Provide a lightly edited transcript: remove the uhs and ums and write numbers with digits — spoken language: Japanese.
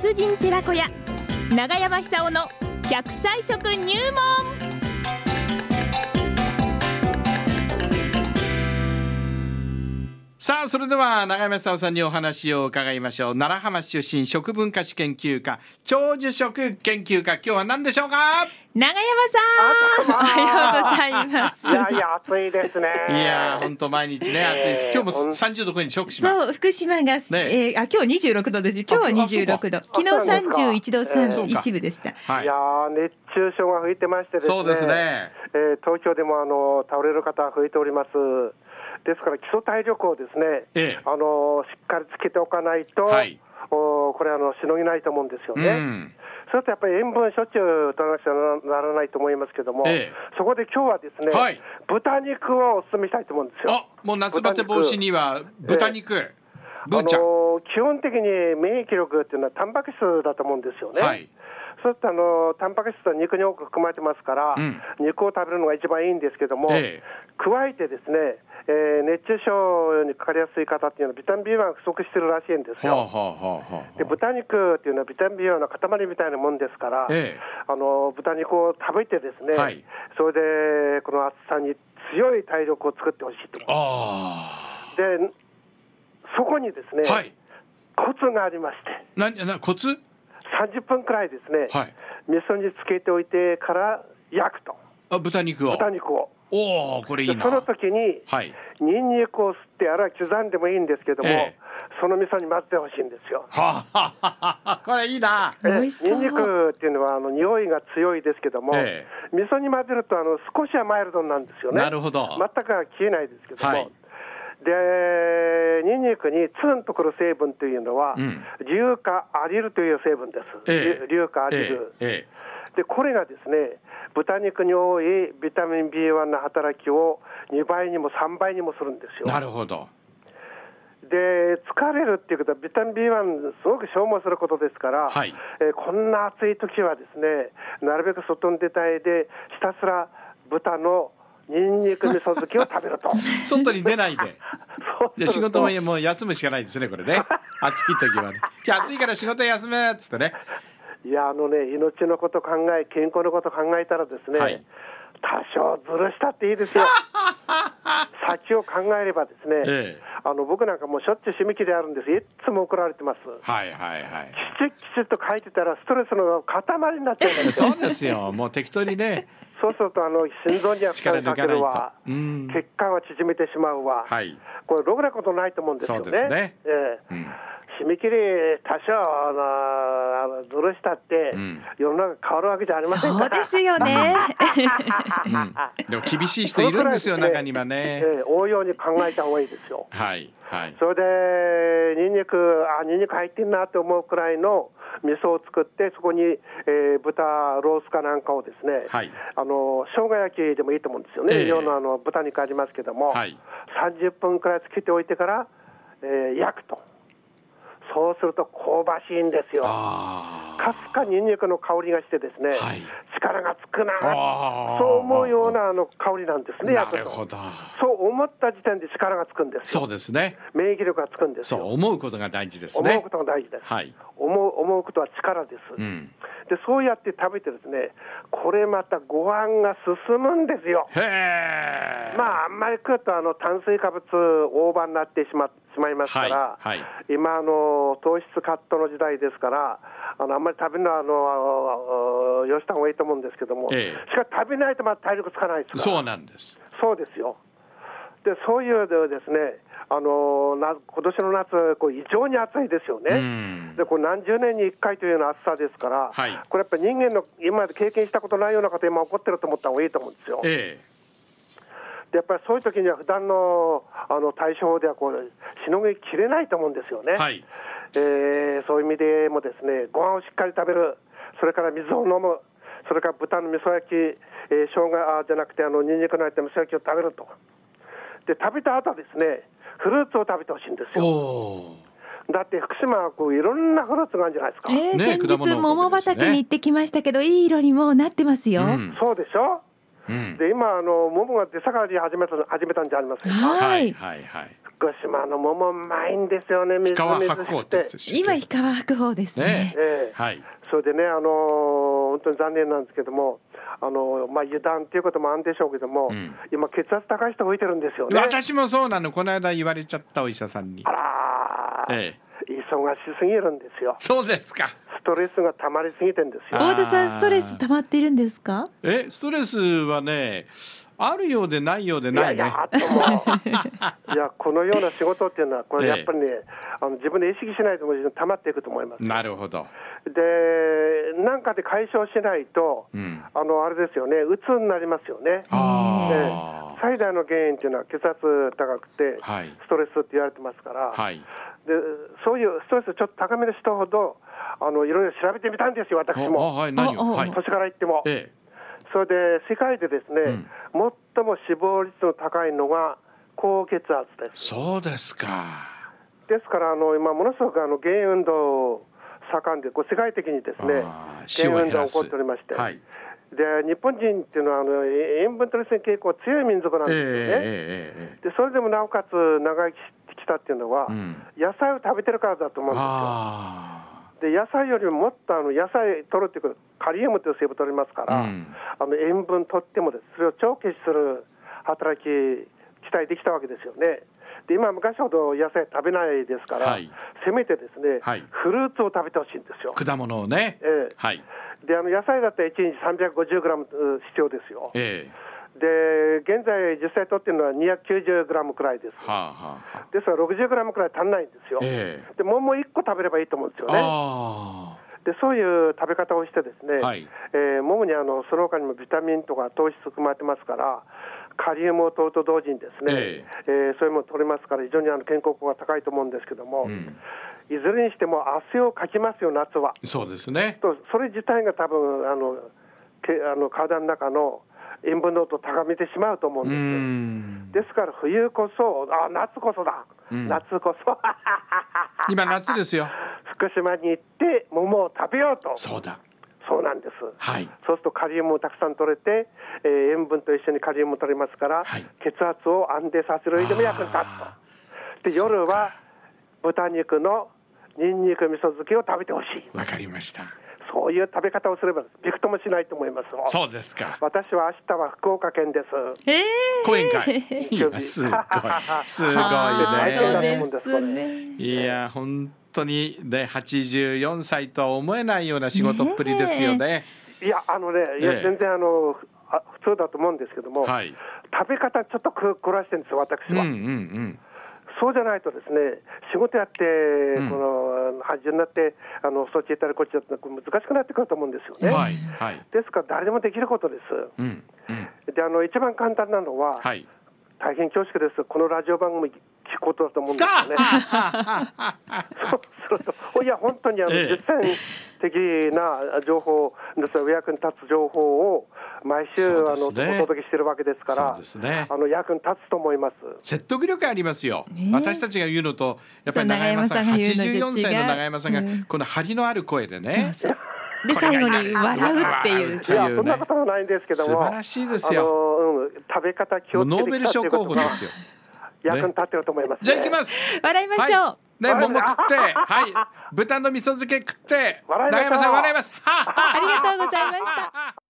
達人寺子屋長山久夫の100歳食入門。 さあ、それでは長山久夫さんにお話を伺いましょう。奈良浜出身食文化史研究家長寿食研究家、今日は何でしょうか？ 長山さん、おはようございます。 いや暑いですね。 いや本当毎日ね暑いです。今日も30度超えに福島。 そう、福島が、今日26度ですよ。今日は26度、昨日31度31分でした。 はい、 いや熱中症が吹いてましてですね。 そうですね。 東京でも倒れる方が増えております。ですから基礎体力をですね、しっかりつけておかないと、はい、これしのぎないと思うんですよね。それとやっぱり塩分しょっちゅう取らなくちゃならないと思いますけども、そこで今日はですね、はい、豚肉をお勧めしたいと思うんですよ。 もう夏バテ防止には豚肉、ブーちゃん、 基本的に免疫力っていうのはタンパク質だと思うんですよね。はい、そうするとタンパク質は肉に多く含まれてますから、肉を食べるのが一番いいんですけども、加えてですね、熱中症にかかりやすい方っていうのはビタミン B1 が不足してるらしいんですよ。で豚肉っていうのはビタミン B1 の塊みたいなもんですから、豚肉を食べてですね、はい、それでこの暑さに強い体力を作ってほしいと。でそこにですね、はい、コツがありまして。 コツ ？30分くらいですね、はい、味噌につけておいてから焼くと。 豚肉を。これいいな。 その時に、はい、ニンニクを吸ってあら刻んでもいいんですけども、その味噌に混ぜてほしいんですよ。 これいいな。 ニンニクっていうのは匂いが強いですけども、味噌に混ぜると少しはマイルドなんですよね。 なるほど。 全くは消えないですけども、はい、でニンニクにツンとくる成分というのは、硫化アリルという成分です。硫化アリル、でこれがですね、豚肉に多いビタミン B1 の働きを2倍にも3倍にもするんですよ。 なるほど。 で疲れるっていうことはビタミン B1 すごく消耗することですから、はい、こんな暑い時はですね、なるべく外に出たいでひたすら豚のニンニク味噌漬けを食べると。 外に出ないでで仕事もう休むしかないですね、これね。暑い時はね、今日暑いから仕事休めっつってね。 いや命のこと考え、健康のこと考えたらですね、はい、多少ずるしたっていいですよ。先を考えればですね、僕なんかもうしょっちゅう締め切りあるんです。いつも怒られてます。きちっと書いてたらストレスの塊になっちゃうんですよ。 そうですよ、もう適当にね。 そうすると心臓には負担かけるわ、血管は縮めてしまうわ、はい、これろくなことないと思うんですよね。そうですね。締め切り多少ずるしたって、世の中変わるわけじゃありませんから。 そうですよね。 でも厳しい人いるんですよ、中にはね。 応用に考えた方がいいですよ。 はいはい。 それでニンニク入ってんなと思うくらいの味噌を作って、そこに、豚ロースかなんかをですね、はい、生姜焼きでもいいと思うんですよね。日本の豚肉ありますけども、はい、30分くらいつけておいてから、焼くと。そうすると香ばしいんですよ。かすかニンニクの香りがしてですね、はい、力がつくな、そう思うような香りなんですね。 なるほど。 そう思った時点で力がつくんですよ。 そうですね。 免疫力がつくんですよ。 そう思うことが大事ですね。 思うことが大事です。はい、思うことは力です。でそうやって食べてですね、これまたご飯が進むんですよ。あんまり食うと炭水化物オーバーになってしまいますから、はいはい、今糖質カットの時代ですから、あんまり食べるのはよした方がいいと思うんですけども、しかし食べないとまた体力つかないですから。 そうなんです。 そうですよ。でそういうですね、今年の夏異常に暑いですよね。でこれ何十年に1回というような暑さですから、はい、これやっぱり人間の今まで経験したことないようなこと今起こってると思った方がいいと思うんですよ。でやっぱりそういう時には普段の対処法ではしのぎきれないと思うんですよね。はい、そういう意味でもですね、ご飯をしっかり食べる、それから水を飲む、それから豚の味噌焼き、生姜じゃなくてニンニクの入った味噌焼きを食べると。で食べた後はですね、フルーツを食べてほしいんですよ。だって福島はいろんなフルーツがあるんじゃないですか。 先日桃畑に行ってきましたけど、いい色にもなってますよ。 そうでしょ。で今桃が出盛り始めたんじゃありませんか。はいはいはい。 福島の桃うまいんですよね。 氷川白鳳って今氷川白鳳ですね。 はい。 それでね、本当に残念なんですけども、油断っていうこともあるんでしょうけども、今血圧高い人増えてるんですよね。 私もそうなの。この間言われちゃったお医者さんに。 あら、忙しすぎるんですよ。 そうですか。 ストレスが溜まりすぎてんですよ。 大田さん、ストレス溜まってるんですか？ ストレスはね、あるようでないようでないね。 いやこのような仕事っていうのはこれやっぱりね、自分で意識しないと溜まっていくと思います。 なるほど。 で、なんかで解消しないと、あれですよね、うつになりますよね。最大の原因っていうのは血圧高くて、ストレスって言われてますから、でそういうストレスちょっと高めの人ほどいろいろ調べてみたんですよ、私も。年から言っても。それで世界でですね、最も死亡率の高いのが高血圧です。 そうですか。 ですから今ものすごく減運動盛んで、世界的にですね減運動が起こっておりまして、で日本人っていうのは塩分取りすぎ傾向強い民族なんですよね。でそれでもなおかつ長生きしてきたっていうのは、野菜を食べてるからだと思うんですよ。で野菜よりももっと野菜取るっていうかカリウムという成分取りますから、塩分取ってもです、それを帳消しする働き期待できたわけですよね。で今昔ほど野菜食べないですから、せめてですね、フルーツを食べてほしいんですよ。 果物をね。 で野菜だったら1日 350g 必要ですよ。で現在実際取ってるのは 290g くらいです。ですから 60g くらい足んないんですよ。で桃1個食べればいいと思うんですよね。でそういう食べ方をしてですね、桃にその他にもビタミンとか糖質含まれてますから、カリウムを取ると同時にですね、そういうものを取れますから非常に健康効果が高いと思うんですけども、いずれにしても汗をかきますよ、夏は。 そうですね。 それ自体が多分体の中の塩分濃度を高めてしまうと思うんですよ。ですから冬こそ、夏こそだ、夏こそ今夏ですよ。 福島に行って桃を食べようと。そうなんです。そうするとカリウムをたくさん取れて、塩分と一緒にカリウムを取れますから、血圧を安定させる上でも役に立つと。で夜は豚肉のニンニク味噌漬けを食べてほしい。 わかりました。 そういう食べ方をすればびくともしないと思います。 そうですか。 私は明日は福岡県です。 講演会。すごいね。いや本当にね、84歳とは思えないような仕事っぷりですよね。 いや全然普通だと思うんですけども、食べ方ちょっと凝らしてるんですよ、私は。そうじゃないとですね、仕事やって、この80になってそっち行ったりこっち行ったり難しくなってくると思うんですよね。ですから誰でもできることです。で一番簡単なのは、大変恐縮です。このラジオ番組聞くことだと思うんですよね。そうすると、いや本当に実践的な情報、お役に立つ情報を毎週お届けしているわけですから、役に立つと思います。 説得力ありますよ。私たちが言うのとやっぱり永山さん、84歳の永山さんがこの張りのある声でね。 で最後に笑うっていう。 いやそんなこともないんですけども、 素晴らしいですよ。 食べ方気をつけてきたっていうことがノーベル賞候補ですよ。 役に立ってると思います。 じゃあ行きます。 笑いましょう。 桃食って、豚の味噌漬け食って、永山さん笑います。 ありがとうございました。